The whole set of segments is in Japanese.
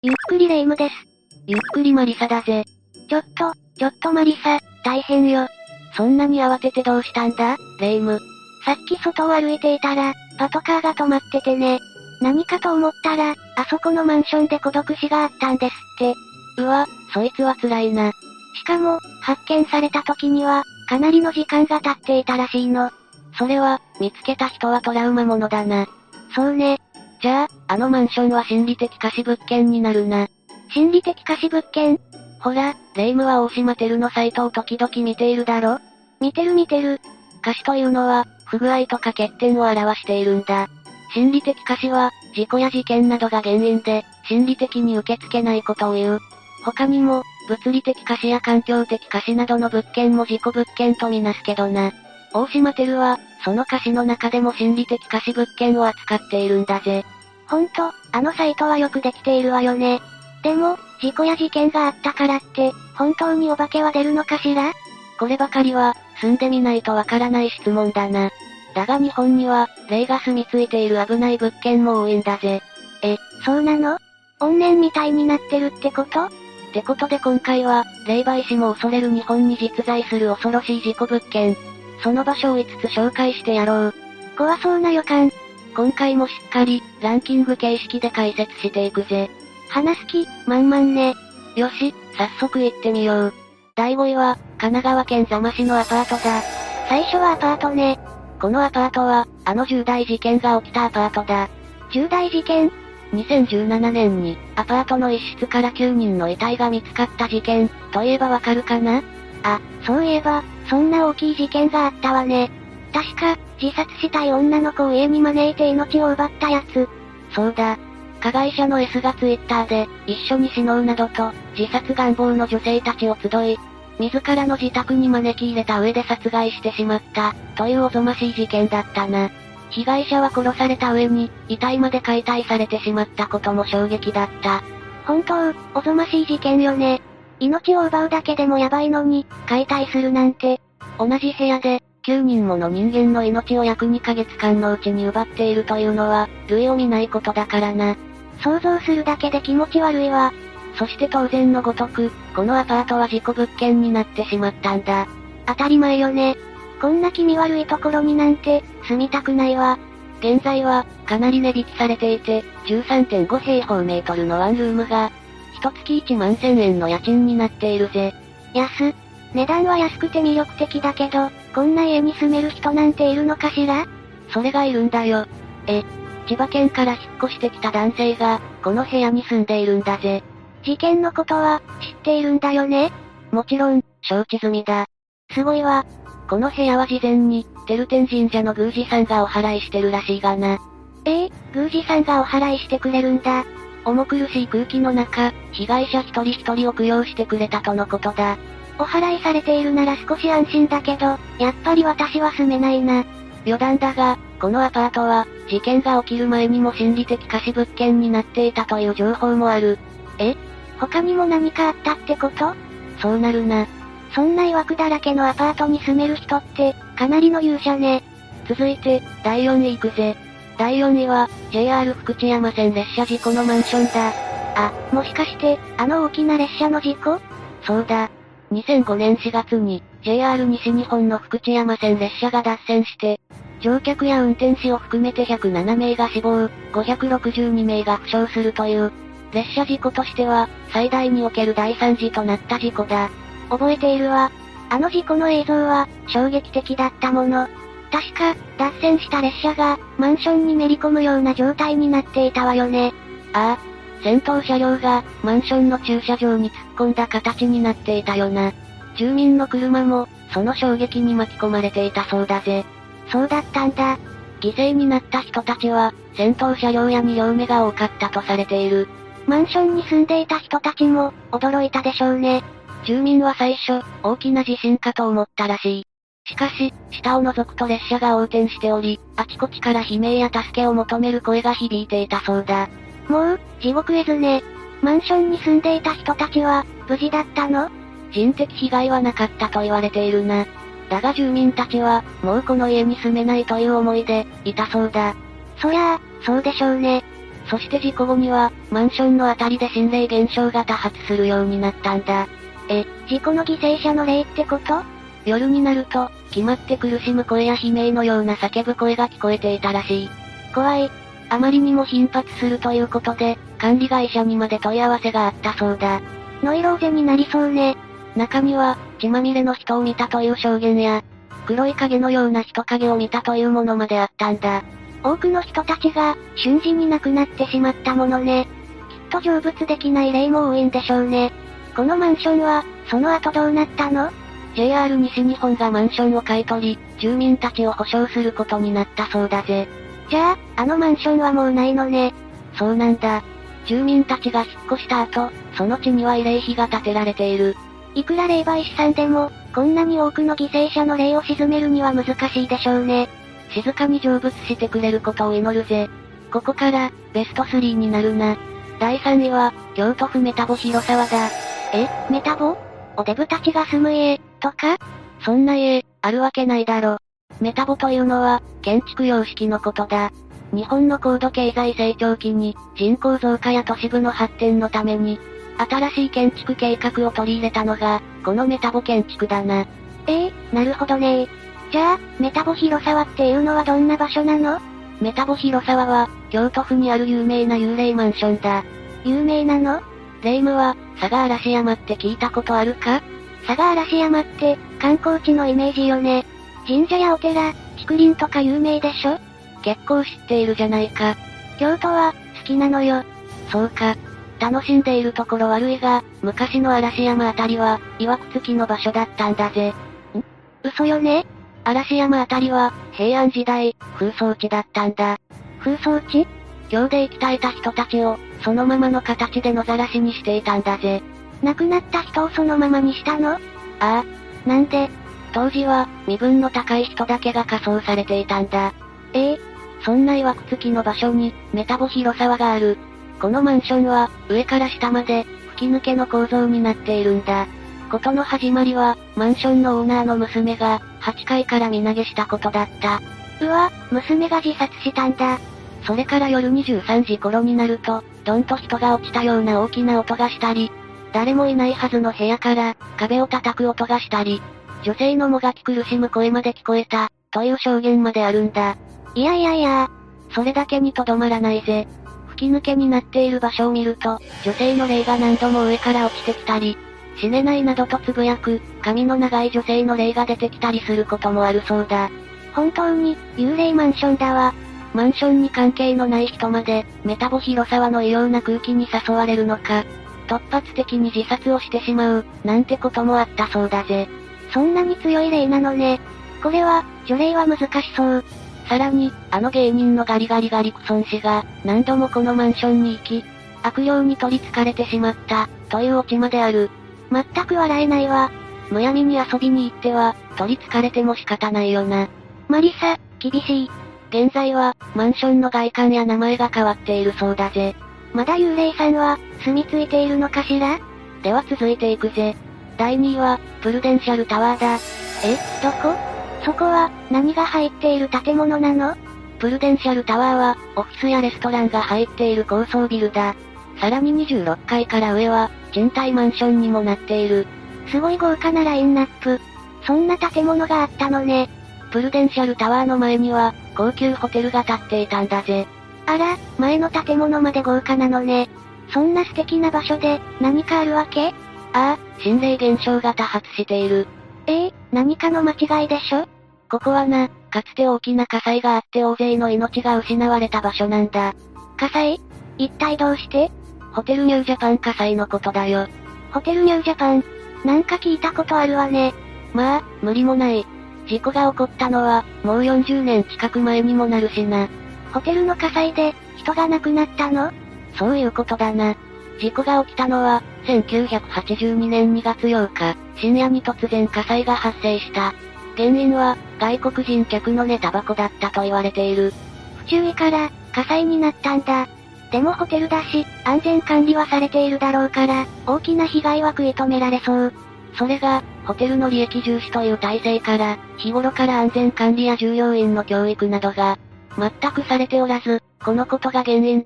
ゆっくりレ夢ムです。 ゆっくりマリサだぜ。 ちょっとマリサ、大変よ。 そんなに慌ててどうしたんだ、レ夢ム。 さっき外を歩いていたら、パトカーが止まっててね。何かと思ったら、あそこのマンションで孤独死があったんですって。 うわ、そいつは辛いな。 しかも、発見された時には、かなりの時間が経っていたらしいの。 それは、見つけた人はトラウマものだな。 そうね。 じゃあ、あのマンションは心理的貸し物件になるな。 心理的貸し物件？ ほら、レ夢ムは大島テルのサイトを時々見ているだろ？ 見てる。 貸しというのは、不具合とか欠点を表しているんだ。心理的貸しは、事故や事件などが原因で、心理的に受け付けないことを言う。他にも、物理的貸しや環境的貸しなどの物件も事故物件とみなすけどな。大島テルは、その貸しの中でも心理的貸し物件を扱っているんだぜ。 ほんと、あのサイトはよくできているわよね。でも、事故や事件があったからって、本当にお化けは出るのかしら？ こればかりは、住んでみないとわからない質問だな。だが日本には、霊が住み着いている危ない物件も多いんだぜ。 そうなの？怨念みたいになってるってこと？ ってことで今回は、霊媒師も恐れる日本に実在する恐ろしい事故物件。その場所を5つ紹介してやろう。 怖そうな予感。 今回もしっかり、ランキング形式で解説していくぜ。 話す気、満々ね。 よし、早速行ってみよう。第5位は、神奈川県座間市のアパートだ。 最初はアパートね。 このアパートは、あの重大事件が起きたアパートだ。 重大事件 ？2017年に、アパートの一室から9人の遺体が見つかった事件、といえばわかるかな？ あ、そういえば、そんな大きい事件があったわね。確か、自殺したい女の子を家に招いて命を奪ったやつ。 そうだ。加害者の S がツイッターで、一緒に死のうなどと、自殺願望の女性たちを集い、自らの自宅に招き入れた上で殺害してしまった、というおぞましい事件だったな。被害者は殺された上に、遺体まで解体されてしまったことも衝撃だった。 本当、おぞましい事件よね。命を奪うだけでもやばいのに、解体するなんて。 同じ部屋で、9人もの人間の命を約2ヶ月間のうちに奪っているというのは、類を見ないことだからな。 想像するだけで気持ち悪いわ。 そして当然のごとく、このアパートは事故物件になってしまったんだ。 当たり前よね。こんな気味悪いところになんて、住みたくないわ。 現在は、かなり値引きされていて、13.5 平方メートルのワンルームが、一月1万1000円の家賃になっているぜ。 値段は安くて魅力的だけど、こんな家に住める人なんているのかしら？ それがいるんだよ。千葉県から引っ越してきた男性が、この部屋に住んでいるんだぜ。 事件のことは、知っているんだよね？ もちろん、承知済みだ。 すごいわ。 この部屋は事前に、照天神社の宮司さんがお祓いしてるらしいがな。 宮司さんがお祓いしてくれるんだ。 重苦しい空気の中、被害者一人一人を供養してくれたとのことだ。 お祓いされているなら少し安心だけど、やっぱり私は住めないな。 余談だが、このアパートは、事件が起きる前にも心理的貸し物件になっていたという情報もある。 他にも何かあったってこと？ そうなるな。 そんな曰くだらけのアパートに住める人って、かなりの勇者ね。 続いて、第4位行くぜ。第4位は、JR 福知山線列車事故のマンションだ。 あ、もしかして、あの大きな列車の事故？ そうだ。2005年4月に、JR 西日本の福知山線列車が脱線して、乗客や運転士を含めて107名が死亡、562名が負傷するという、列車事故としては、最大における大惨事となった事故だ。 覚えているわ。あの事故の映像は、衝撃的だったもの。確か、脱線した列車が、マンションにめり込むような状態になっていたわよね。 ああ、先頭車両が、マンションの駐車場に突っ込んだ形になっていたよな。住民の車も、その衝撃に巻き込まれていたそうだぜ。 そうだったんだ。 犠牲になった人たちは、先頭車両や2両目が多かったとされている。 マンションに住んでいた人たちも、驚いたでしょうね。 住民は最初、大きな地震かと思ったらしい。しかし、下を覗くと列車が横転しており、あちこちから悲鳴や助けを求める声が響いていたそうだ。 もう、地獄絵図ね。マンションに住んでいた人たちは、無事だったの？ 人的被害はなかったと言われているな。だが住民たちは、もうこの家に住めないという思いで、いたそうだ。 そりゃあ、そうでしょうね。 そして事故後には、マンションのあたりで心霊現象が多発するようになったんだ。 事故の犠牲者の霊ってこと？ 夜になると、決まって苦しむ声や悲鳴のような叫ぶ声が聞こえていたらしい。 怖い。 あまりにも頻発するということで、管理会社にまで問い合わせがあったそうだ。 ノイローゼになりそうね。 中には、血まみれの人を見たという証言や、黒い影のような人影を見たというものまであったんだ。 多くの人たちが、瞬時に亡くなってしまったものね。きっと成仏できない霊も多いんでしょうね。このマンションは、その後どうなったの？ JR 西日本がマンションを買い取り、住民たちを保証することになったそうだぜ。 じゃあ、あのマンションはもうないのね。 そうなんだ。住民たちが引っ越した後、その地には慰霊碑が建てられている。 いくら霊媒師さんでも、こんなに多くの犠牲者の霊を鎮めるには難しいでしょうね。 静かに成仏してくれることを祈るぜ。ここから、ベスト3になるな。第3位は、京都府メタボ広沢だ。 メタボ？おデブたちが住む家、とか？ そんな家、あるわけないだろ。メタボというのは、建築様式のことだ。日本の高度経済成長期に、人口増加や都市部の発展のために、新しい建築計画を取り入れたのが、このメタボ建築だな。 なるほどね。じゃあ、メタボ広沢っていうのはどんな場所なの？ メタボ広沢は、京都府にある有名な幽霊マンションだ。 有名なの？ 霊夢は、佐賀嵐山って聞いたことあるか？ 佐賀嵐山って、観光地のイメージよね。神社やお寺、竹林とか有名でしょ？ 結構知っているじゃないか。 京都は、好きなのよ。 そうか。楽しんでいるところ悪いが、昔の嵐山あたりは、曰く付きの場所だったんだぜ。 嘘よね？ 嵐山あたりは、平安時代、風葬地だったんだ。 風葬地？ 今日で生き絶えた人たちを、そのままの形で野ざらしにしていたんだぜ。 亡くなった人をそのままにしたの？ ああ。 なんで？ 当時は、身分の高い人だけが火葬されていたんだ。そんな曰く付きの場所に、メタボ広沢がある。このマンションは、上から下まで、吹き抜けの構造になっているんだ。事の始まりは、マンションのオーナーの娘が、8階から身投げしたことだった。 うわ、娘が自殺したんだ。 それから夜23時頃になると、ドンと人が落ちたような大きな音がしたり、誰もいないはずの部屋から、壁を叩く音がしたり、女性のもがき苦しむ声まで聞こえた、という証言まであるんだ。 いや、 それだけにとどまらないぜ。吹き抜けになっている場所を見ると、女性の霊が何度も上から落ちてきたり、死ねないなどとつぶやく、髪の長い女性の霊が出てきたりすることもあるそうだ。 本当に、幽霊マンションだわ。 マンションに関係のない人まで、メタボ広沢の異様な空気に誘われるのか、突発的に自殺をしてしまう、なんてこともあったそうだぜ。 そんなに強い霊なのね。これは、除霊は難しそう。 さらに、あの芸人のガリガリガリクソン氏が、何度もこのマンションに行き、悪霊に取り憑かれてしまった、というオチまである。 全く笑えないわ。 むやみに遊びに行っては、取り憑かれても仕方ないよな。 マリサ、厳しい。 現在は、マンションの外観や名前が変わっているそうだぜ。 まだ幽霊さんは、住み着いているのかしら？ では続いていくぜ。第2位は、プルデンシャルタワーだ。 どこ？そこは、何が入っている建物なの？ プルデンシャルタワーは、オフィスやレストランが入っている高層ビルだ。さらに26階から上は、賃貸マンションにもなっている。 すごい豪華なラインナップ。そんな建物があったのね。 プルデンシャルタワーの前には、高級ホテルが建っていたんだぜ。 あら、前の建物まで豪華なのね。そんな素敵な場所で、何かあるわけ？ ああ、心霊現象が多発している。 何かの間違いでしょ？ ここはな、かつて大きな火災があって大勢の命が失われた場所なんだ。 火災？一体どうして？ ホテルニュージャパン火災のことだよ。 ホテルニュージャパン？なんか聞いたことあるわね。 まあ、無理もない。事故が起こったのは、もう40年近く前にもなるしな。 ホテルの火災で、人が亡くなったの？ そういうことだな。事故が起きたのは、1982年2月8日、深夜に突然火災が発生した。原因は、外国人客の寝タバコだったと言われている。 不注意から、火災になったんだ。でもホテルだし、安全管理はされているだろうから、大きな被害は食い止められそう。 それが、ホテルの利益重視という体制から、日頃から安全管理や従業員の教育などが、全くされておらず、このことが原因で、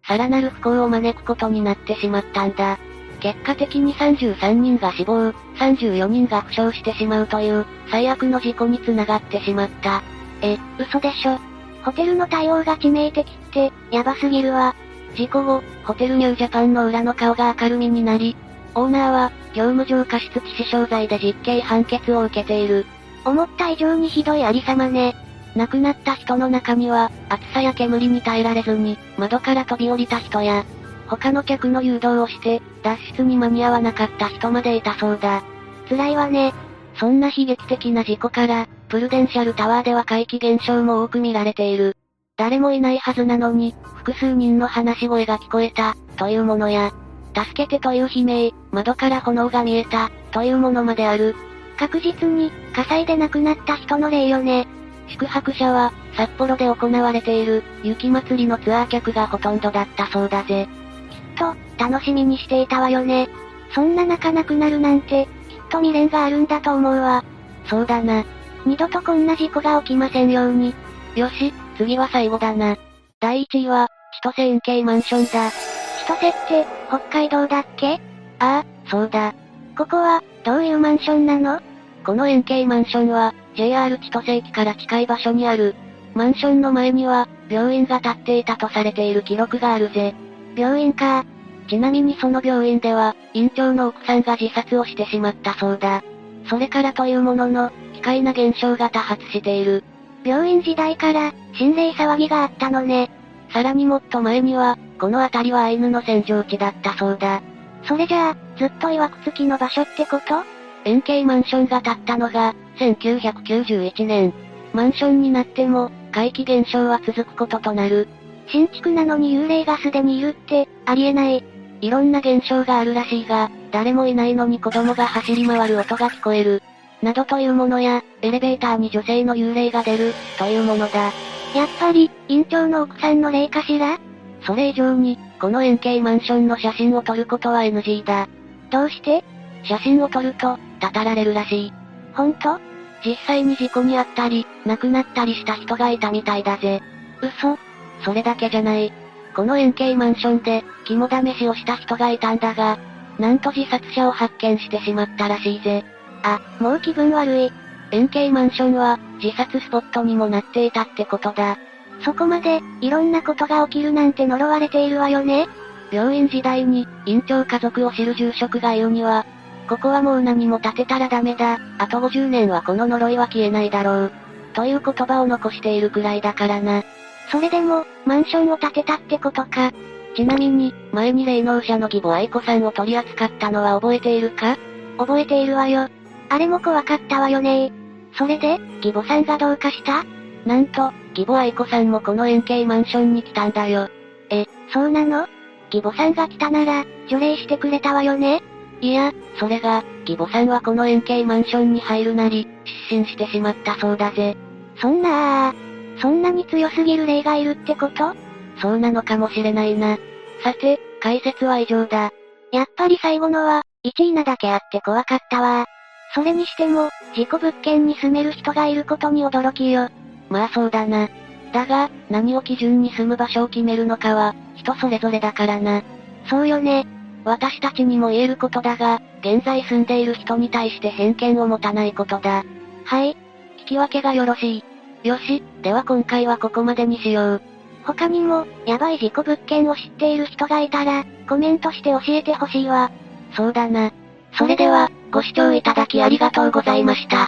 さらなる不幸を招くことになってしまったんだ。結果的に33人が死亡、34人が負傷してしまうという、最悪の事故に繋がってしまった。 嘘でしょ。ホテルの対応が致命的って、やばすぎるわ。 事故後、ホテルニュージャパンの裏の顔が明るみになり、オーナーは、業務上過失致死傷罪で実刑判決を受けている。 思った以上にひどいありさまね。 亡くなった人の中には、暑さや煙に耐えられずに、窓から飛び降りた人や、他の客の誘導をして、脱出に間に合わなかった人までいたそうだ。 辛いわね。 そんな悲劇的な事故から、プルデンシャルタワーでは怪奇現象も多く見られている。誰もいないはずなのに、複数人の話し声が聞こえた、というものや、助けてという悲鳴、窓から炎が見えた、というものまである。 確実に、火災で亡くなった人の例よね。 宿泊者は、札幌で行われている、雪祭りのツアー客がほとんどだったそうだぜ。 きっと、楽しみにしていたわよね。そんな中亡くなるなんて、きっと未練があるんだと思うわ。 そうだな。 二度とこんな事故が起きませんように。 よし、次は最後だな。第1位は、千歳円形マンションだ。 千歳って、北海道だっけ？ ああ、そうだ。 ここは、どういうマンションなの？ この円形マンションは、JR 千歳駅から近い場所にある。マンションの前には、病院が建っていたとされている記録があるぜ。 病院か。 ちなみにその病院では、院長の奥さんが自殺をしてしまったそうだ。それからというものの、奇怪な現象が多発している。 病院時代から、心霊騒ぎがあったのね。 さらにもっと前には、この辺りはアイヌの扇状地だったそうだ。 それじゃあ、ずっと曰く付きの場所ってこと？ 円形マンションが建ったのが、1991年。マンションになっても、怪奇現象は続くこととなる。 新築なのに幽霊がすでにいるって、ありえない。 いろんな現象があるらしいが、誰もいないのに子供が走り回る音が聞こえる。などというものや、エレベーターに女性の幽霊が出る、というものだ。 やっぱり、院長の奥さんの霊かしら？ それ以上に、この円形マンションの写真を撮ることは NG だ。 どうして？ 写真を撮ると、たたられるらしい。 ほんと？ 実際に事故に遭ったり、亡くなったりした人がいたみたいだぜ。 嘘？ それだけじゃない。この円形マンションで、肝試しをした人がいたんだが、なんと自殺者を発見してしまったらしいぜ。 あ、もう気分悪い。 円形マンションは、自殺スポットにもなっていたってことだ。 そこまで、いろんなことが起きるなんて呪われているわよね。 病院時代に、院長家族を知る住職が言うには、ここはもう何も建てたらダメだ、あと50年はこの呪いは消えないだろう。という言葉を残しているくらいだからな。 それでも、マンションを建てたってことか。 ちなみに、前に霊能者の義母愛子さんを取り扱ったのは覚えているか？ 覚えているわよ。あれも怖かったわよね。それで、義母さんがどうかした？ なんと、義母愛子さんもこの円形マンションに来たんだよ。 そうなの？義母さんが来たなら、除霊してくれたわよね？ いや、それが、義母さんはこの円形マンションに入るなり、失神してしまったそうだぜ。 そんなに強すぎる霊がいるってこと？ そうなのかもしれないな。さて、解説は以上だ。 やっぱり最後のは、1位なだけあって怖かったわ。それにしても、事故物件に住める人がいることに驚きよ。 まあそうだな。だが、何を基準に住む場所を決めるのかは、人それぞれだからな。 そうよね。 私たちにも言えることだが、現在住んでいる人に対して偏見を持たないことだ。 はい。 聞き分けがよろしい。よし、では今回はここまでにしよう。 他にも、やばい事故物件を知っている人がいたら、コメントして教えてほしいわ。 そうだな。それでは、ご視聴いただきありがとうございました。